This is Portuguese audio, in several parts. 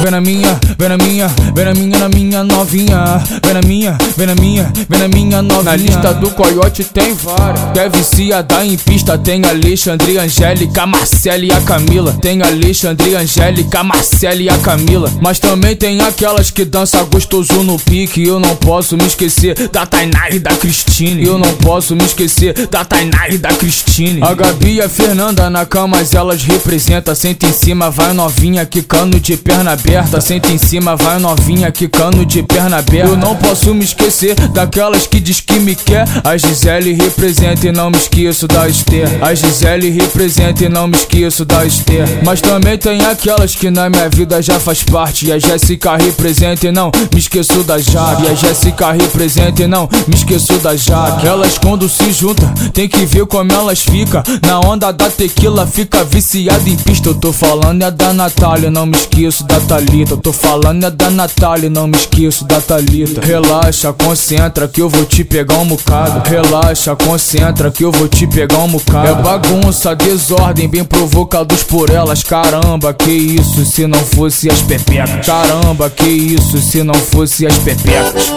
Vem na minha, vem na minha, vem na minha novinha. Vem na minha, vem na minha, vem na minha novinha. Na lista do Coyote tem várias, que é viciada em pista. Tem Alexandre, Angélica, Marcela e a Camila. Tem Alexandre, Angélica, Marcela e a Camila. Mas também tem aquelas que dança gostoso no pique. Eu não posso me esquecer da Tainá e da Cristine. Eu não posso me esquecer da Tainá e da Cristine. A Gabi e a Fernanda na cama, mas elas representam. Senta em cima, vai novinha, quicando de perna aberta. Senta em cima, vai novinha, quicando de perna aberta. Eu não posso me esquecer daquelas que diz que me quer. A Gisele representa e não me esqueço da Esther. A Gisele representa e não me esqueço da Esther. Mas também tem aquelas que na minha vida já faz parte. E a Jéssica representa e não me esqueço da Jaque. E a Jéssica representa e não me esqueço da Jaque. Elas quando se juntam, tem que ver como elas ficam. Na onda da tequila fica viciada em pista. Eu tô falando é da Natália, não me esqueço da Thalita. Eu tô falando é da Natália, não me esqueço da Thalita. Relaxa, concentra que eu vou te pegar um bocado. Relaxa, concentra que eu vou te pegar um bocado. É bagunça, desordem, bem provocados por elas. Caramba, que isso se não fosse as pepecas. Caramba, que isso se não fosse as pepecas.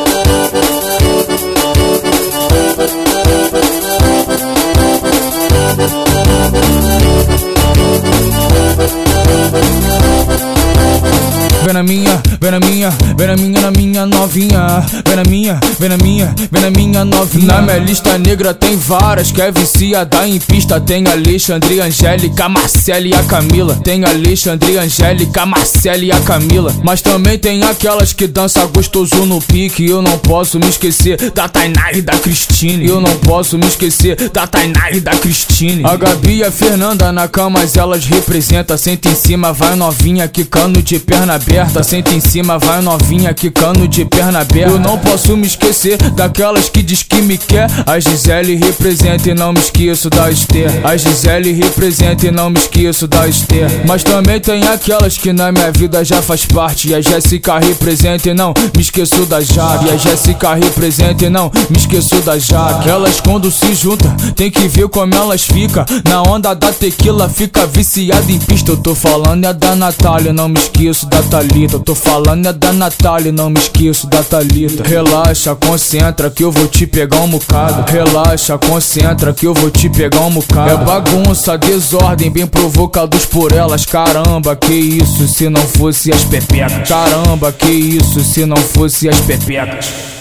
Vem na minha, vem na minha, vem na minha novinha. Vem na minha, vem na minha, vem na minha novinha. Na minha lista negra tem várias, que é viciada em pista. Tem Alexandre, Angélica, Marcela e a Camila. Tem Alexandre, Angélica, Marcela e a Camila. Mas também tem aquelas que dança gostoso no pique. Eu não posso me esquecer da Tainá e da Cristine. Eu não posso me esquecer da Tainá e da Cristine. A Gabi e a Fernanda na cama, mas elas representam. Senta em cima, vai novinha, quicando de perna aberta. Senta em cima, vai novinha, quicando de perna aberta. Eu não posso me esquecer daquelas que diz que me quer. A Gisele representa e não me esqueço da Esther. A Gisele representa e não me esqueço da Esther. Mas também tem aquelas que na minha vida já faz parte. E a Jéssica representa e não me esqueço da Jaque. E a Jéssica representa e não me esqueço da Jaque. Elas quando se juntam, tem que ver como elas ficam. Na onda da tequila fica viciada em pista. Eu tô falando é da Natália, não me esqueço da Thalita. Eu tô falando é da Natália, não me esqueço da Thalita. Relaxa, concentra que eu vou te pegar um bocado. Relaxa, concentra que eu vou te pegar um bocado. É bagunça, desordem, bem provocados por elas. Caramba, que isso se não fosse as pepecas. Caramba, que isso se não fosse as pepecas.